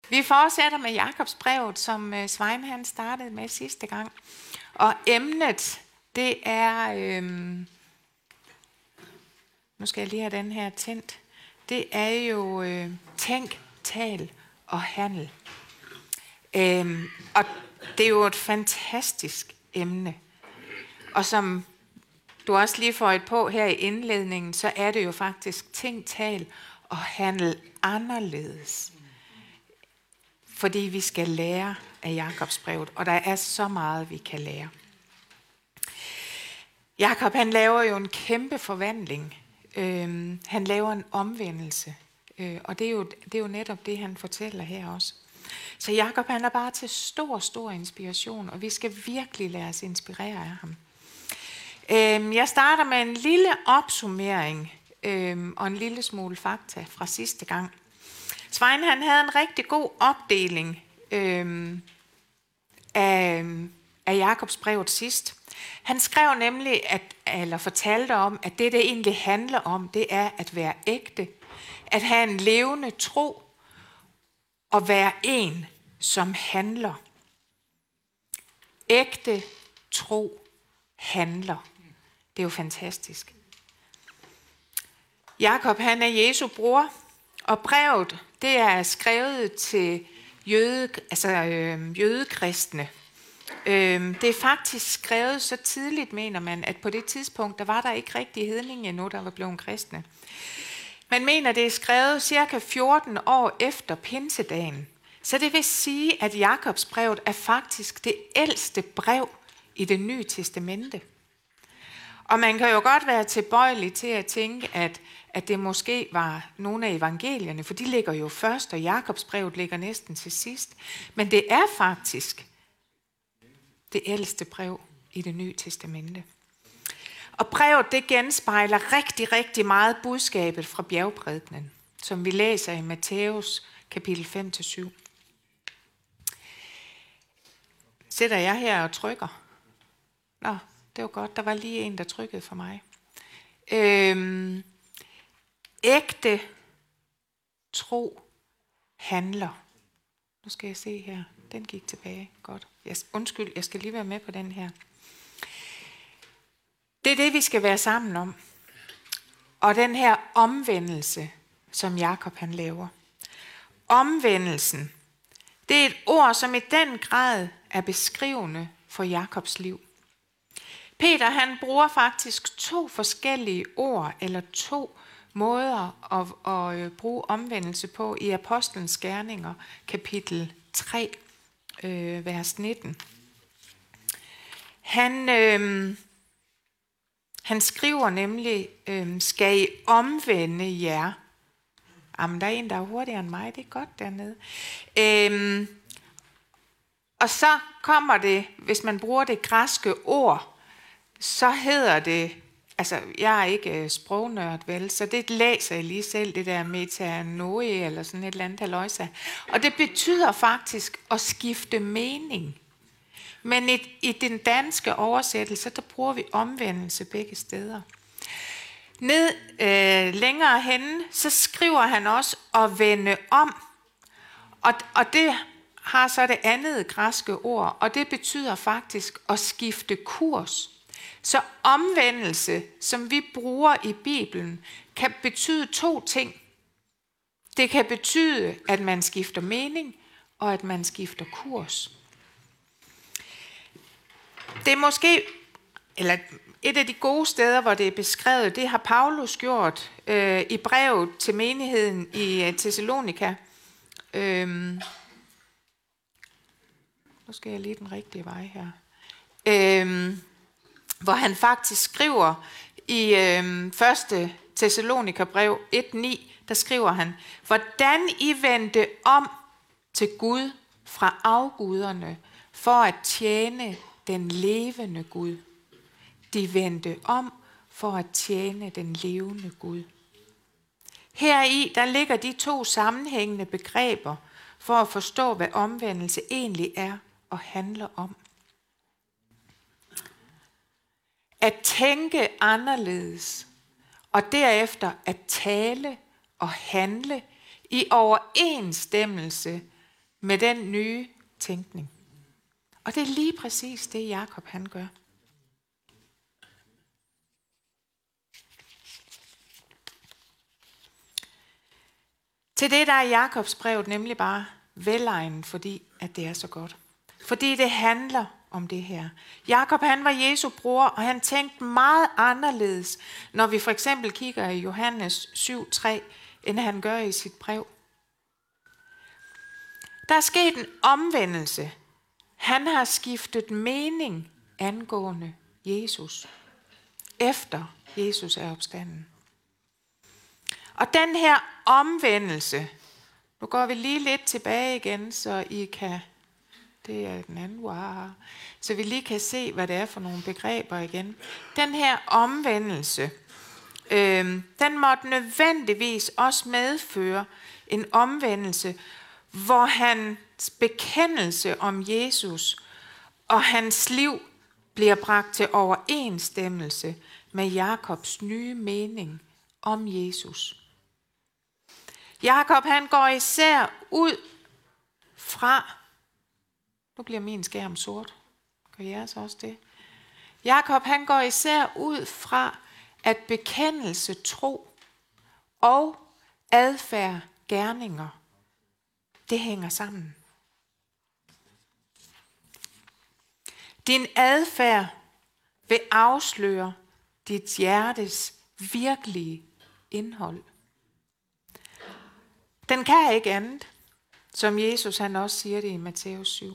Vi fortsætter med Jakobsbrevet, som Svein han startede med sidste gang. Og emnet, det er... nu skal jeg lige have den her tændt. Det er jo tænk, tal og handel. Og det er jo et fantastisk emne. Og som du også lige får et på her i indledningen, så er det jo faktisk tænk, tal og handel anderledes. Fordi vi skal lære af Jakobsbrevet, og der er så meget, vi kan lære. Jakob, han laver jo en kæmpe forvandling. Han laver en omvendelse. Og det er jo netop det, han fortæller her også. Så Jakob, han er bare til stor inspiration, og vi skal virkelig lade os inspirere af ham. Jeg starter med en lille opsummering og en lille smule fakta fra sidste gang. Svein, han havde en rigtig god opdeling af Jakobsbrevet sidst. Han skrev nemlig, eller fortalte om, at det egentlig handler om, det er at være ægte, at have en levende tro og være en, som handler. Ægte tro handler. Det er jo fantastisk. Jakob, han er Jesu bror, og brevet, det er skrevet til jødekristne. Det er faktisk skrevet så tidligt, mener man, at på det tidspunkt, der var der ikke rigtig hedninge endnu, der var blevet kristne. Man mener, det er skrevet cirka 14 år efter pinsedagen. Så det vil sige, at Jakobsbrevet er faktisk det ældste brev i Det Nye Testamente. Og man kan jo godt være tilbøjelig til at tænke, at det måske var nogle af evangelierne, for de ligger jo først, og Jakobsbrevet ligger næsten til sidst. Men det er faktisk det ældste brev i Det Nye Testamente. Og brevet, det genspejler rigtig meget budskabet fra bjergprædikenen, som vi læser i Matthæus kapitel 5-7. Sætter jeg her og trykker? Nå, det var godt. Der var lige en, der trykkede for mig. Ægte tro handler. Nu skal jeg se her. Den gik tilbage. Godt. Undskyld, jeg skal lige være med på den her. Det er det, vi skal være sammen om. Og den her omvendelse, som Jakob han laver. Omvendelsen, det er et ord, som i den grad er beskrivende for Jakobs liv. Peter, han bruger faktisk 2 forskellige ord, eller 2 måder at bruge omvendelse på i Apostlenes Gerninger, kapitel 3, vers 19. Han skriver nemlig, skal I omvende jer? Jamen, der er en, der er hurtigere end mig, det er godt dernede. Og så kommer det, hvis man bruger det græske ord, så hedder det, altså jeg er ikke sprognørd vel, så det læser jeg lige selv, det der metanoe eller sådan et eller andet halløjsa. Og det betyder faktisk at skifte mening. Men i den danske oversættelse, der bruger vi omvendelse begge steder. Længere henne, så skriver han også at vende om. Og det har så det andet græske ord, og det betyder faktisk at skifte kurs. Så omvendelse, som vi bruger i Bibelen, kan betyde 2 ting. Det kan betyde, at man skifter mening, og at man skifter kurs. Det er måske, eller et af de gode steder, hvor det er beskrevet, det har Paulus gjort i brevet til menigheden i Thessalonika. Nu skal jeg lige den rigtige vej her. Hvor han faktisk skriver i 1. Thessalonika-brev 1:9, der skriver han, hvordan I vendte om til Gud fra afguderne for at tjene den levende Gud. De vendte om for at tjene den levende Gud. Heri, der ligger de 2 sammenhængende begreber for at forstå, hvad omvendelse egentlig er og handler om. At tænke anderledes, og derefter at tale og handle i overensstemmelse med den nye tænkning. Og det er lige præcis det, Jakob han gør. Til det der er Jakobs brev nemlig bare velegnet, fordi at det er så godt. Fordi det handler om det her. Jakob han var Jesu bror, og han tænkte meget anderledes, når vi for eksempel kigger i Johannes 7:3, end han gør i sit brev. Der er sket en omvendelse. Han har skiftet mening angående Jesus, efter Jesus er opstanden. Og den her omvendelse, nu går vi lige lidt tilbage igen, så I kan, det er den anden, wow, så vi lige kan se, hvad det er for nogle begreber igen. Den her omvendelse, den måtte nødvendigvis også medføre en omvendelse, hvor hans bekendelse om Jesus og hans liv bliver bragt til overensstemmelse med Jakobs nye mening om Jesus. Jakob han går især ud fra, nu bliver min skærm sort, gør jeres også det? Jakob han går især ud fra, at bekendelse, tro og adfærd, gerninger, det hænger sammen. Din adfærd vil afsløre dit hjertes virkelige indhold. Den kan ikke andet, som Jesus han også siger det i Matthæus 7.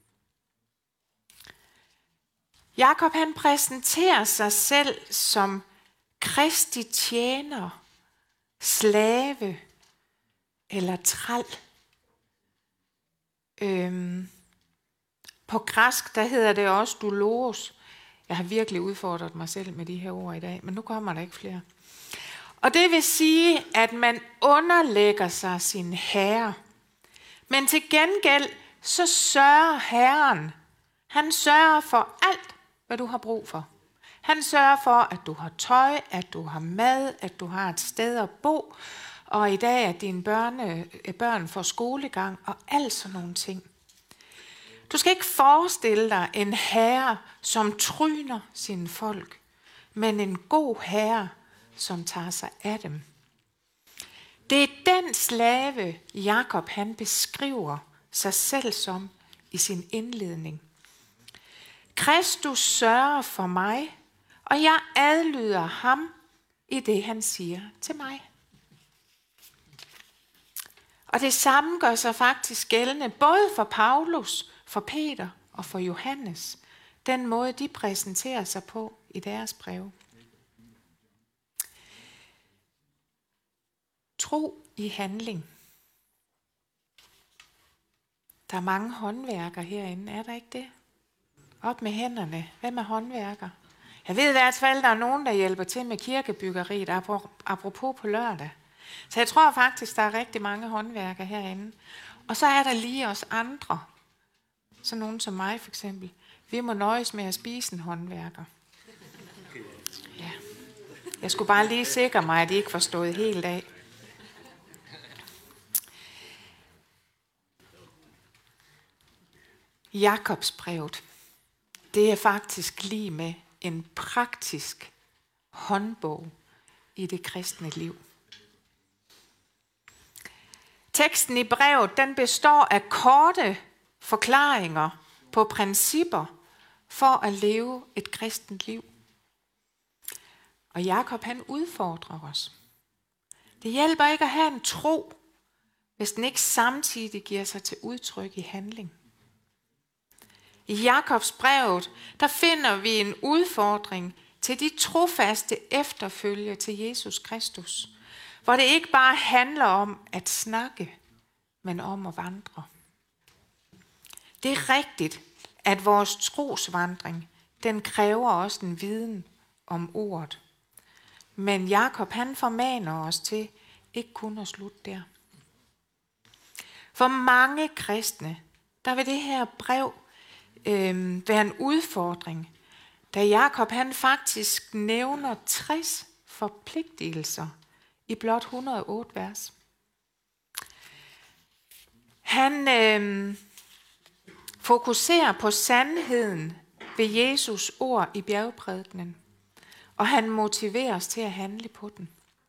Jakob han præsenterer sig selv som Kristi tjener, slave eller træl. På græsk, der hedder det også doulos. Jeg har virkelig udfordret mig selv med de her ord i dag, men nu kommer der ikke flere. Og det vil sige, at man underlægger sig sin herre. Men til gengæld, så sørger Herren. Han sørger for alt, hvad du har brug for. Han sørger for, at du har tøj, at du har mad, at du har et sted at bo, og i dag at dine børn får skolegang og alt sådan nogle ting. Du skal ikke forestille dig en herre, som tryner sine folk, men en god herre, som tager sig af dem. Det er den slave, Jakob han beskriver sig selv som i sin indledning. Kristus sørger for mig, og jeg adlyder ham i det, han siger til mig. Og det samme gør sig faktisk gældende både for Paulus, for Peter og for Johannes. Den måde, de præsenterer sig på i deres breve. Tro i handling. Der er mange håndværkere herinde, er der ikke det? Op med hænderne. Hvem er håndværker? Jeg ved i hvert fald, der er nogen, der hjælper til med kirkebyggeriet, apropos på lørdag. Så jeg tror faktisk, der er rigtig mange håndværkere herinde. Og så er der lige os andre. Så nogen som mig for eksempel. Vi må nøjes med at spise en håndværker. Ja. Jeg skulle bare lige sikre mig, at I ikke forstod helt af. Jakobsbrevet, det er faktisk lige med en praktisk håndbog i det kristne liv. Teksten i brevet, den består af korte forklaringer på principper for at leve et kristent liv. Og Jakob han udfordrer os. Det hjælper ikke at have en tro, hvis den ikke samtidig giver sig til udtryk i handling. I Jakobs brevet, der finder vi en udfordring til de trofaste efterfølger til Jesus Kristus, hvor det ikke bare handler om at snakke, men om at vandre. Det er rigtigt, at vores trosvandring, den kræver også en viden om ordet. Men Jakob han formaner os til ikke kun at slutte der. For mange kristne, der vil det her brev være en udfordring, da Jakob han faktisk nævner 60 forpligtelser i blot 108 vers. Han fokuserer på sandheden ved Jesus ord i bjergprædikenen, og han motiverer os til at handle på den.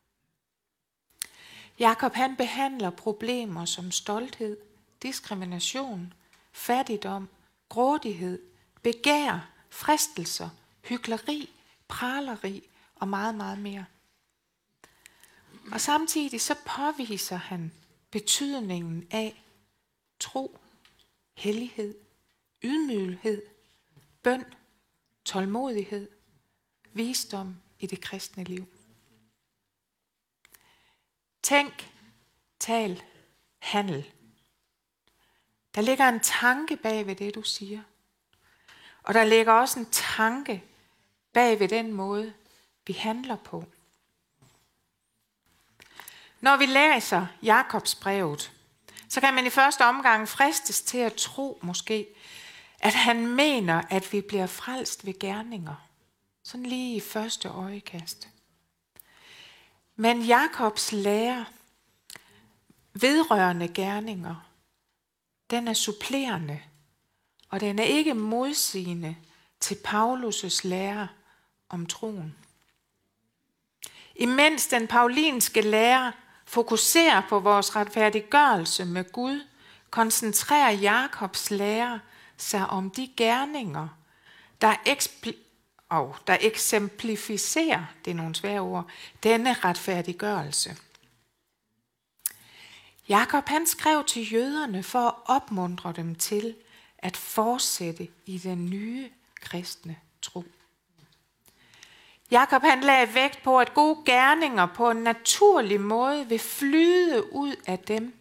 Jakob han behandler problemer som stolthed, diskrimination, fattigdom, grådighed, begær, fristelser, hykleri, praleri og meget, meget mere. Og samtidig så påviser han betydningen af tro, hellighed, ydmyghed, bøn, tålmodighed, visdom i det kristne liv. Tænk, tal, handel. Der ligger en tanke bag ved det, du siger. Og der ligger også en tanke bag ved den måde, vi handler på. Når vi læser Jakobsbrevet, så kan man i første omgang fristes til at tro måske, at han mener, at vi bliver frelst ved gerninger. Sådan lige i første øjekast. Men Jakobs lære vedrørende gerninger, den er supplerende, og den er ikke modsigende til Paulus' lære om troen. Imens den paulinske lære fokuserer på vores retfærdiggørelse med Gud, koncentrerer Jakobs lære sig om de gerninger, der eksemplificerer, det er nogle svære ord, denne retfærdiggørelse. Jakob han skrev til jøderne for at opmuntre dem til at fortsætte i den nye kristne tro. Jakob han lagde vægt på, at gode gerninger på en naturlig måde vil flyde ud af dem,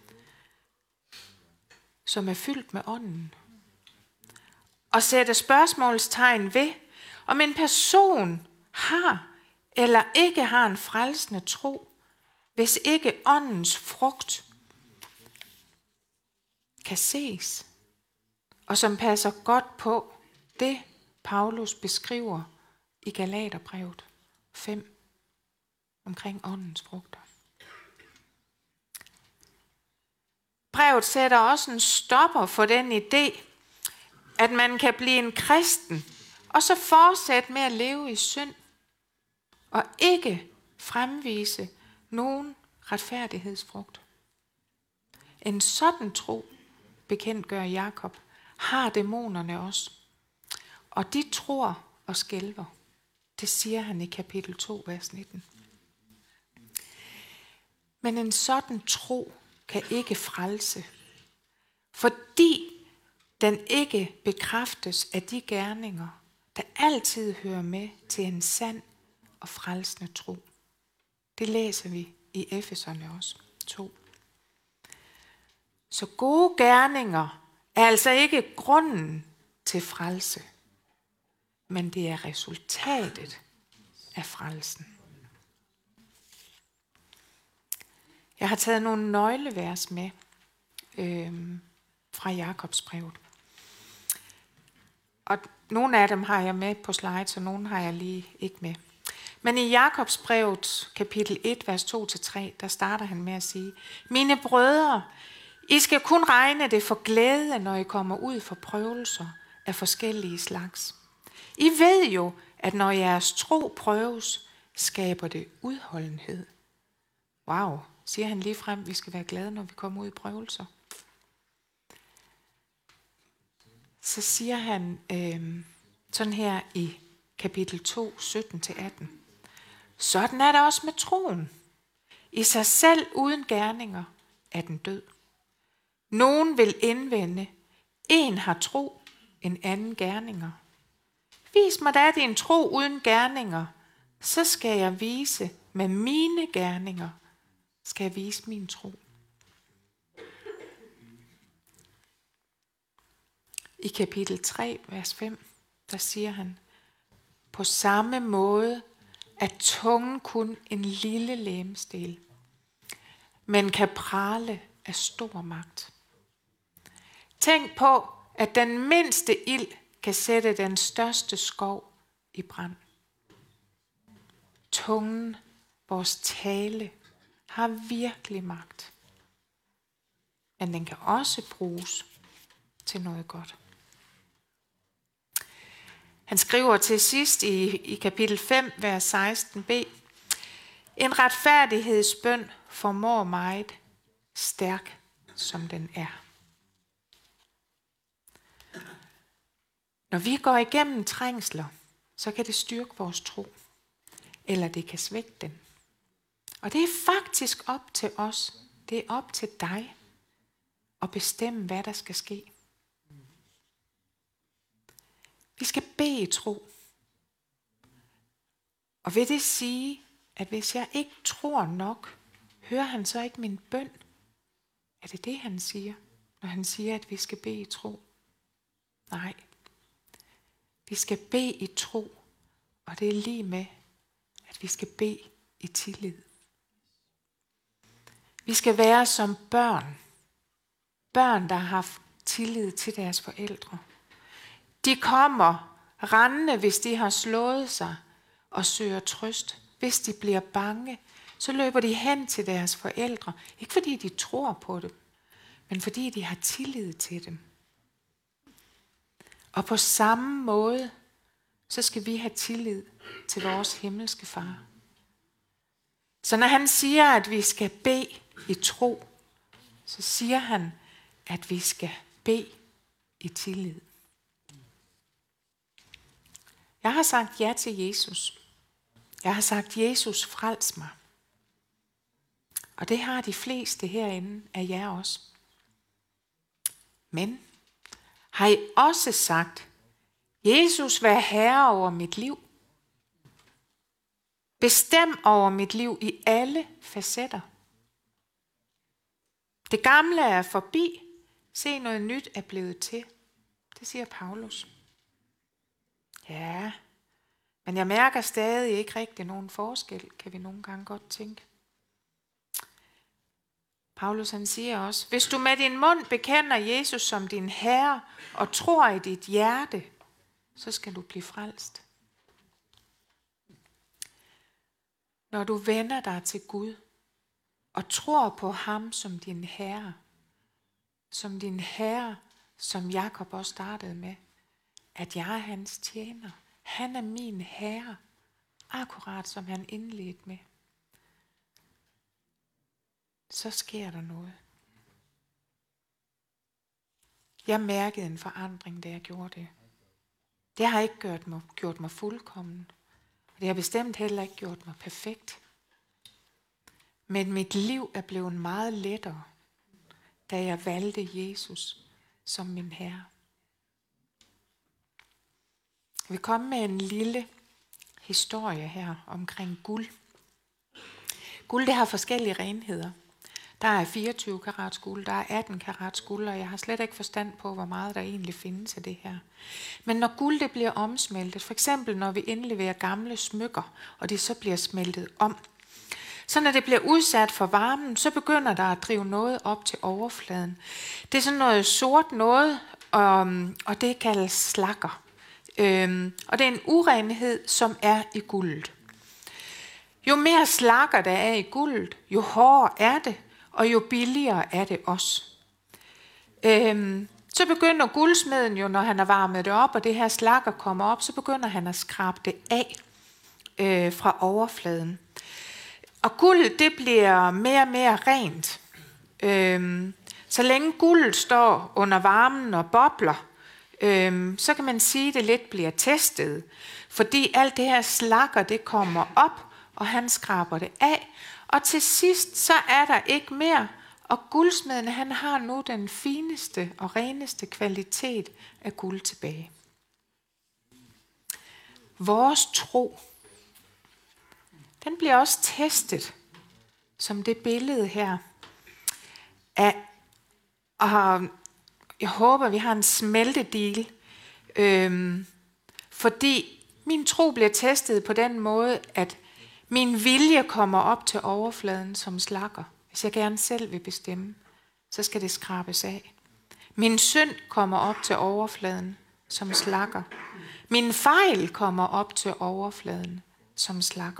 som er fyldt med ånden. Og sætte spørgsmålstegn ved, om en person har eller ikke har en frelsende tro, hvis ikke åndens frugt kan ses, og som passer godt på det, Paulus beskriver i Galaterbrevet 5 omkring åndens frugter. Brevet sætter også en stopper for den idé, at man kan blive en kristen, og så fortsætte med at leve i synd, og ikke fremvise nogen retfærdighedsfrugt. En sådan tro, bekendtgør Jakob, har dæmonerne også. Og de tror og skælver. Det siger han i kapitel 2, vers 19. Men en sådan tro kan ikke frelse, fordi den ikke bekræftes af de gerninger, der altid hører med til en sand og frelsende tro. Det læser vi i Efeserne også 2. Så gode gerninger er altså ikke grunden til frelse, men det er resultatet af frelsen. Jeg har taget nogle nøglevers med fra Jakobsbrevet. Og nogle af dem har jeg med på slides, og nogle har jeg lige ikke med. Men i Jakobsbrevet kapitel 1, vers 2-3, der starter han med at sige: Mine brødre, I skal kun regne det for glæde, når I kommer ud for prøvelser af forskellige slags. I ved jo, at når jeres tro prøves, skaber det udholdenhed. Wow, siger han lige frem, vi skal være glade, når vi kommer ud i prøvelser. Så siger han sådan her i kapitel 2, 17-18. Sådan er det også med troen. I sig selv uden gerninger er den død. Nogen vil indvende, en har tro, en anden gerninger. Vis mig da din tro uden gerninger, så skal jeg vise med mine gerninger, skal jeg vise min tro. I kapitel 3, vers 5, der siger han, på samme måde er tungen kun en lille legemsdel, men kan prale af stor magt. Tænk på, at den mindste ild kan sætte den største skov i brand. Tungen, vores tale, har virkelig magt. men den kan også bruges til noget godt. Han skriver til sidst i kapitel 5, vers 16b, en retfærdighedsbøn formår meget, stærk som den er. Når vi går igennem trængsler, så kan det styrke vores tro, eller det kan svække den. Og det er faktisk op til os, det er op til dig at bestemme, hvad der skal ske. Vi skal bede i tro. Og vil det sige, at hvis jeg ikke tror nok, hører han så ikke min bøn? Er det det, han siger, når han siger, at vi skal bede i tro? Nej. Vi skal bede i tro, og det er lige med, at vi skal bede i tillid. Vi skal være som børn. Børn, der har haft tillid til deres forældre. De kommer rendende, hvis de har slået sig og søger trøst. Hvis de bliver bange, så løber de hen til deres forældre. Ikke fordi de tror på dem, men fordi de har tillid til dem. Og på samme måde, så skal vi have tillid til vores himmelske far. Så når han siger, at vi skal bede i tro, så siger han, at vi skal bede i tillid. Jeg har sagt ja til Jesus. Jeg har sagt, Jesus, frels mig. Og det har de fleste herinde af jer også. Men har I også sagt, Jesus, vær herre over mit liv? Bestem over mit liv i alle facetter. Det gamle er forbi. Se, noget nyt er blevet til. Det siger Paulus. Ja, men jeg mærker stadig ikke rigtig nogen forskel, kan vi nogle gange godt tænke. Paulus han siger også, hvis du med din mund bekender Jesus som din herre og tror i dit hjerte, så skal du blive frelst. Når du vender dig til Gud og tror på ham som din herre, som Jakob også startede med, at jeg er hans tjener. Han er min herre, akkurat som han indledte med. Så sker der noget. Jeg mærkede en forandring, da jeg gjorde det. Det har ikke gjort mig fuldkommen. Og det har bestemt heller ikke gjort mig perfekt. Men mit liv er blevet meget lettere, da jeg valgte Jesus som min herre. Jeg vil komme med en lille historie her omkring guld. Guld, det har forskellige renheder. Der er 24 karats guld, der er 18 karats guld, og jeg har slet ikke forstand på, hvor meget der egentlig findes af det her. Men når guld det bliver omsmeltet, for eksempel når vi indleverer gamle smykker, og det så bliver smeltet om, så når det bliver udsat for varmen, så begynder der at drive noget op til overfladen. Det er sådan noget sort noget, og det kaldes slakker. Og det er en urenhed, som er i guldet. Jo mere slakker der er i guldet, jo hårdere er det, og jo billigere er det også. Så begynder guldsmeden jo, når han har varmet det op, og det her slakker kommer op, så begynder han at skrabe det af fra overfladen. Og guldet, det bliver mere og mere rent. Så længe guldet står under varmen og bobler, så kan man sige, at det lidt bliver testet. Fordi alt det her slakker, det kommer op, og han skraber det af. Og til sidst, så er der ikke mere. Og guldsmeden, han har nu den fineste og reneste kvalitet af guld tilbage. Vores tro, den bliver også testet, som det billede her. Og jeg håber, vi har en smeltedeal, fordi min tro bliver testet på den måde, at min vilje kommer op til overfladen som slakker. Hvis jeg gerne selv vil bestemme, så skal det skrabes af. Min synd kommer op til overfladen som slakker. Min fejl kommer op til overfladen som slakker.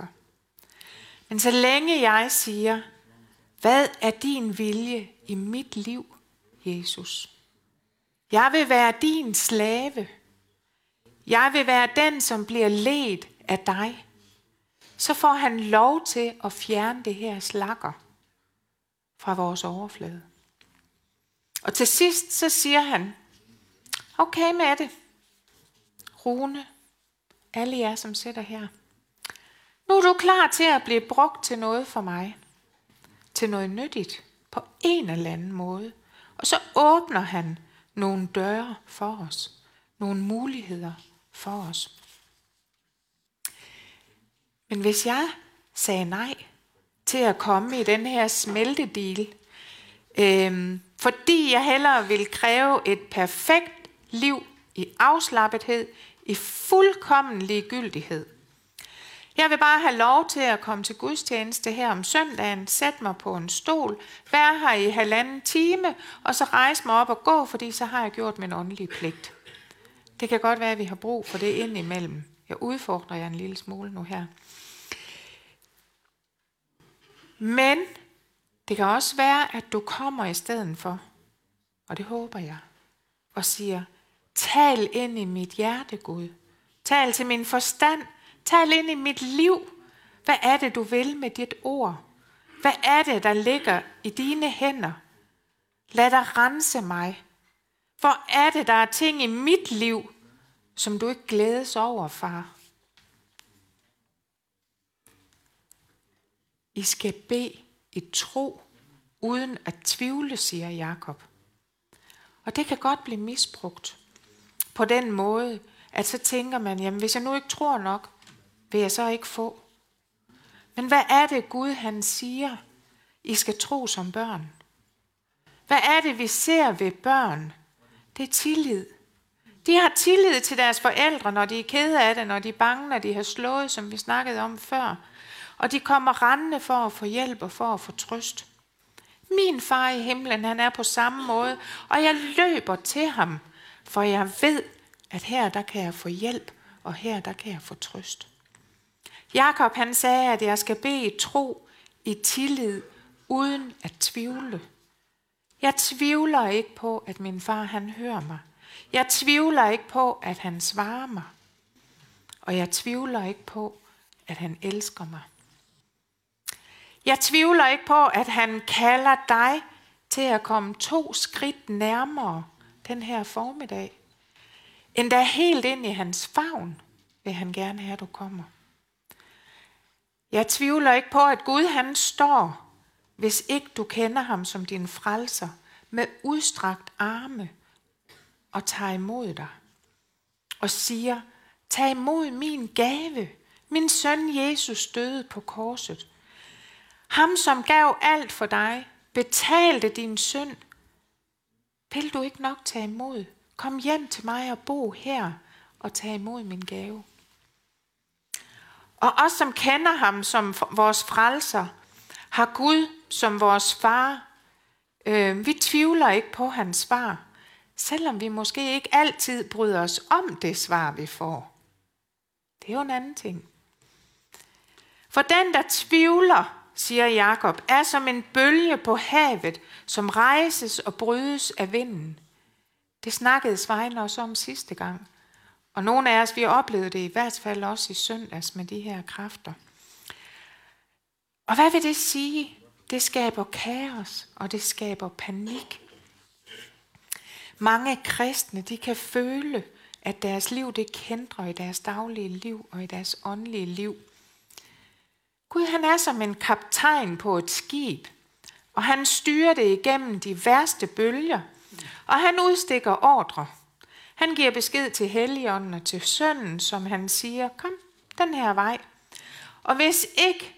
Men så længe jeg siger, hvad er din vilje i mit liv, Jesus. Jeg vil være din slave. Jeg vil være den, som bliver ledt af dig. Så får han lov til at fjerne det her slakker fra vores overflade. Og til sidst så siger han, okay med det. Rune, alle jer, som sidder her. Nu er du klar til at blive brugt til noget for mig. Til noget nyttigt. På en eller anden måde. Og så åbner han nogle døre for os. Nogle muligheder for os. Men hvis jeg sagde nej til at komme i den her smeltedeal, fordi jeg hellere vil kræve et perfekt liv i afslappethed, i fuldkommen ligegyldighed. Jeg vil bare have lov til at komme til gudstjeneste her om søndagen, sætte mig på en stol, være her i 1,5 time, og så rejse mig op og gå, fordi så har jeg gjort min åndelige pligt. Det kan godt være, at vi har brug for det indimellem. Jeg udfordrer jer en lille smule nu her. Men det kan også være, at du kommer i stedet for, og det håber jeg, og siger, tal ind i mit hjerte, Gud. Tal til min forstand. Tal ind i mit liv. Hvad er det, du vil med dit ord? Hvad er det, der ligger i dine hænder? Lad dig rense mig. Hvor er det, der er ting i mit liv, som du ikke glædes over, far? I skal bede i tro, uden at tvivle, siger Jakob. Og det kan godt blive misbrugt på den måde, at så tænker man, jamen hvis jeg nu ikke tror nok, vil jeg så ikke få. Men hvad er det Gud han siger, I skal tro som børn? Hvad er det vi ser ved børn? Det er tillid. De har tillid til deres forældre, når de er kede af det, når de er bange, når de har slået, som vi snakkede om før. Og de kommer rendende for at få hjælp og for at få trøst. Min far i himlen, han er på samme måde, og jeg løber til ham, for jeg ved, at her der kan jeg få hjælp, og her der kan jeg få trøst. Jakob han sagde, at jeg skal bede i tro, i tillid, uden at tvivle. Jeg tvivler ikke på, at min far han hører mig. Jeg tvivler ikke på, at han svarer mig. Og jeg tvivler ikke på, at han elsker mig. Jeg tvivler ikke på, at han kalder dig til at komme 2 skridt nærmere den her formiddag. Endda helt ind i hans favn vil han gerne have, at du kommer. Jeg tvivler ikke på, at Gud han står, hvis ikke du kender ham som din frelser, med udstrakt arme og tager imod dig. Og siger, tag imod min gave. Min søn Jesus døde på korset. Ham som gav alt for dig, betalte din synd. Vil du ikke nok tage imod? Kom hjem til mig og bo her og tag imod min gave. Og os som kender ham som vores frelser, har Gud som vores far. Vi tvivler ikke på hans svar, selvom vi måske ikke altid bryder os om det svar, vi får. Det er jo en anden ting. For den, der tvivler, siger Jakob, er som en bølge på havet, som rejses og brydes af vinden. Det snakkede Svein også om sidste gang. Og nogle af os, vi oplevede det i hvert fald også i søndags med de her kræfter. Og hvad vil det sige? Det skaber kaos, og det skaber panik. Mange kristne, de kan føle, at deres liv det kæntrer i deres daglige liv og i deres åndelige liv. Gud han er som en kaptajn på et skib, og han styrer det igennem de værste bølger, og han udstikker ordre. Han giver besked til Helligånden og til Sønnen, som han siger, kom den her vej. Og hvis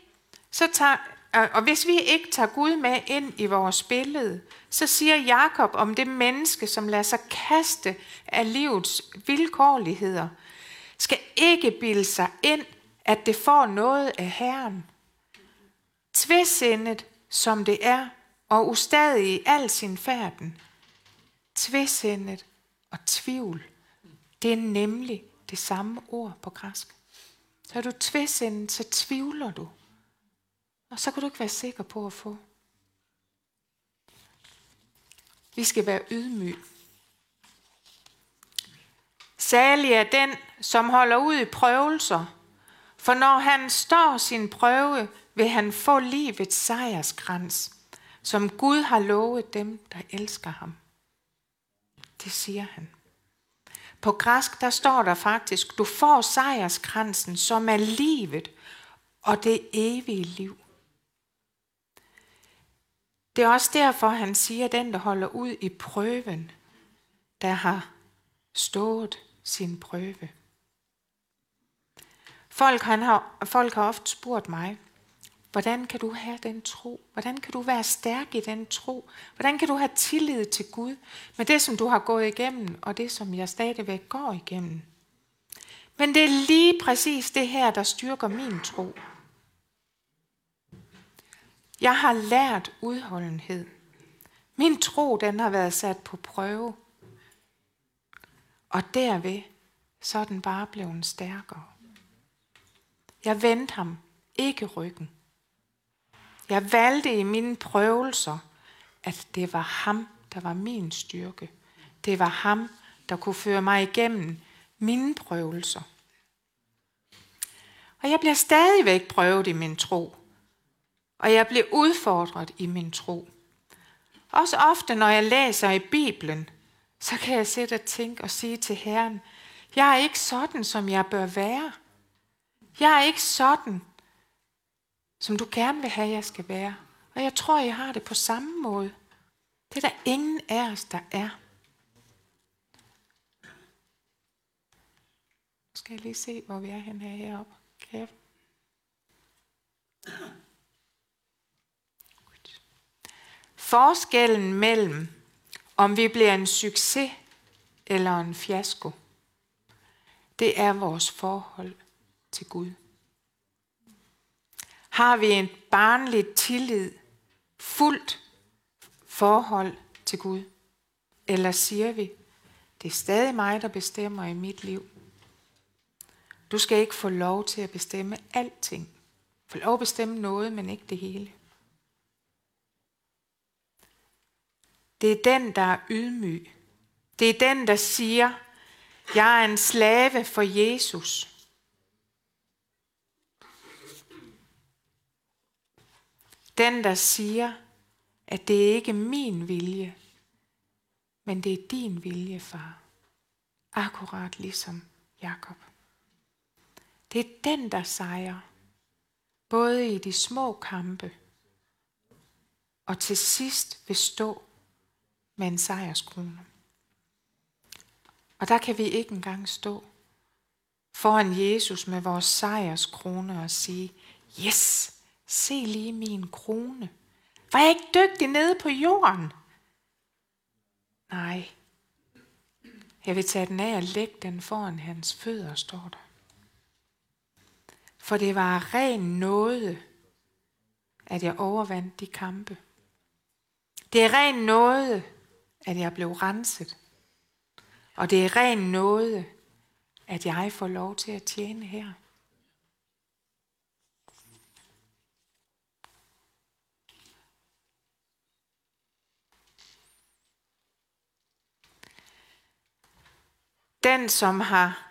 vi ikke tager Gud med ind i vores billede, så siger Jakob om det menneske, som lader sig kaste af livets vilkårligheder, skal ikke bilde sig ind, at det får noget af Herren. Tvesindet, som det er, og ustadig i al sin færden. Tvesindet og tvivl, det er nemlig det samme ord på græsk. Så er du tvesindet, så tvivler du. Og så kan du ikke være sikker på at få. Vi skal være ydmyge. Salig er den, som holder ud i prøvelser, for når han står sin prøve, vil han få livets sejrskrans, som Gud har lovet dem, der elsker ham. Det siger han. På græsk, der står der faktisk, du får sejrskransen, som er livet og det evige liv. Det er også derfor, han siger, den, der holder ud i prøven, der har stået sin prøve. Folk har ofte spurgt mig, hvordan kan du have den tro? Hvordan kan du være stærk i den tro? Hvordan kan du have tillid til Gud med det, som du har gået igennem, og det, som jeg stadigvæk går igennem? Men det er lige præcis det her, der styrker min tro. Jeg har lært udholdenhed. Min tro, den har været sat på prøve. Og derved, så er den bare blevet stærkere. Jeg vendte ham ikke ryggen. Jeg valgte i mine prøvelser, at det var ham, der var min styrke. Det var ham, der kunne føre mig igennem mine prøvelser. Og jeg bliver stadigvæk prøvet i min tro. Og jeg bliver udfordret i min tro. Også ofte, når jeg læser i Bibelen, så kan jeg sætte og tænke og sige til Herren, jeg er ikke sådan, som jeg bør være. Jeg er ikke sådan, som du gerne vil have, jeg skal være. Og jeg tror, jeg har det på samme måde. Det er der ingen af os, der er. Nu skal jeg lige se, hvor vi er henne heroppe. Okay. Forskellen mellem, om vi bliver en succes eller en fiasko, det er vores forhold til Gud. Har vi en barnlig tillid, fuldt forhold til Gud? Eller siger vi, det er stadig mig, der bestemmer i mit liv. Du skal ikke få lov til at bestemme alting. Få lov at bestemme noget, men ikke det hele. Det er den, der er ydmyg. Det er den, der siger, jeg er en slave for Jesus. Den, der siger, at det ikke er min vilje, men det er din vilje, far. Akkurat ligesom Jakob. Det er den, der sejrer, både i de små kampe, og til sidst vil stå med en sejrskrone. Og der kan vi ikke engang stå foran Jesus med vores sejrskrone og sige, yes, se lige min krone. Var jeg ikke dygtig nede på jorden? Nej. Jeg vil tage den af og lægge den foran hans fødder, står der. For det var ren nåde, at jeg overvandt de kampe. Det er ren nåde, at jeg blev renset. Og det er ren nåde, at jeg får lov til at tjene her. Den, som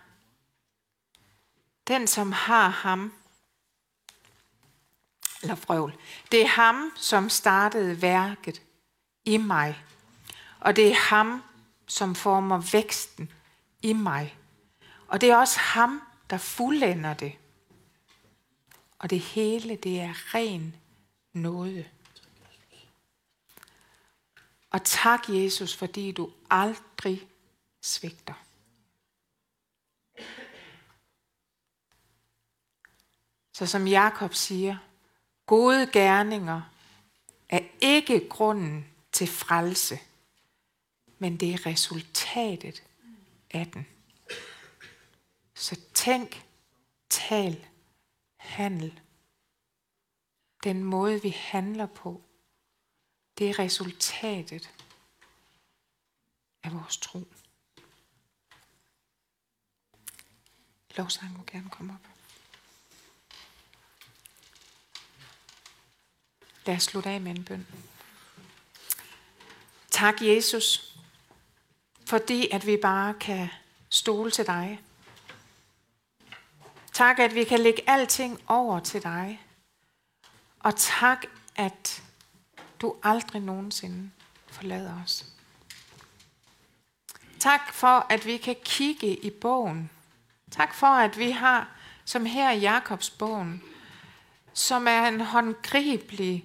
har ham, eller frøvl, det er ham, som startede værket i mig. Og det er ham, som former væksten i mig. Og det er også ham, der fuldender det. Og det hele, det er ren nåde. Og tak, Jesus, fordi du aldrig svigter. Så som Jakob siger, gode gerninger er ikke grunden til frelse, men det er resultatet af den. Så tænk, tal, handel. Den måde, vi handler på, det er resultatet af vores tro. Lovsang må gerne komme op. Lad os slutte af med en bøn. Tak, Jesus, fordi at vi bare kan stole til dig. Tak, at vi kan lægge alting over til dig. Og tak, at du aldrig nogensinde forlader os. Tak for, at vi kan kigge i bogen. Tak for, at vi har, som her i Jakobs bogen, som er en håndgribelig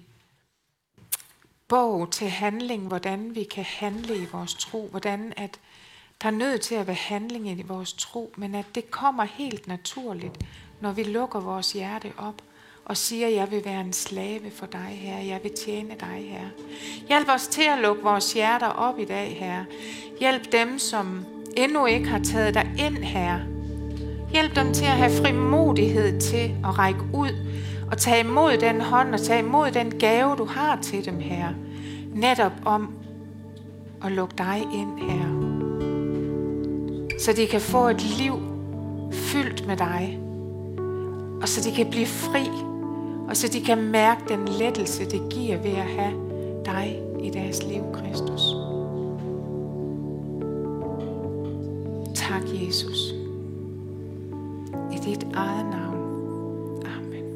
bog til handling, hvordan vi kan handle i vores tro, hvordan at der er nødt til at være handling i vores tro, men at det kommer helt naturligt, når vi lukker vores hjerte op og siger, jeg vil være en slave for dig, Herre. Jeg vil tjene dig, Herre. Hjælp os til at lukke vores hjerter op i dag, Herre. Hjælp dem, som endnu ikke har taget dig ind, Herre. Hjælp dem til at have frimodighed til at række ud og tage imod den hånd og tage imod den gave, du har til dem, Herre. Netop om at lukke dig ind, Herre. Så de kan få et liv fyldt med dig. Og så de kan blive fri. Og så de kan mærke den lettelse, det giver ved at have dig i deres liv, Kristus. Tak, Jesus. I dit eget navn. Amen.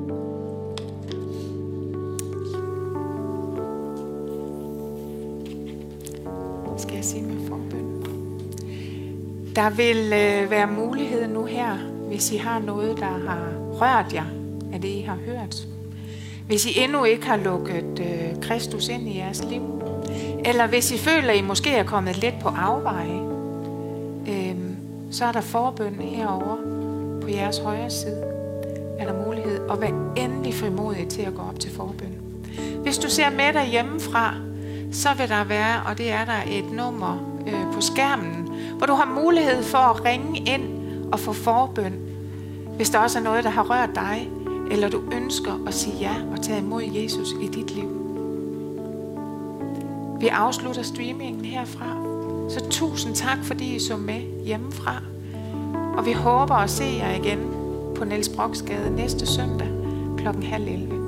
Skal jeg sige min forbøn? Der vil være mulighed nu her, hvis I har noget, der har rørt jer af det, I har hørt. Hvis I endnu ikke har lukket Kristus ind i jeres liv. Eller hvis I føler, at I måske er kommet lidt på afveje. Så er der forbøn herovre på jeres højre side. Er der mulighed at være endelig frimodig til at gå op til forbøn. Hvis du ser med dig hjemmefra, så vil der være, og det er der et nummer på skærmen, hvor du har mulighed for at ringe ind og få forbøn. Hvis der også er noget, der har rørt dig, eller du ønsker at sige ja og tage imod Jesus i dit liv. Vi afslutter streamingen herfra. Så tusind tak, fordi I så med hjemmefra. Og vi håber at se jer igen på Niels Broksgade næste søndag kl. 10:30.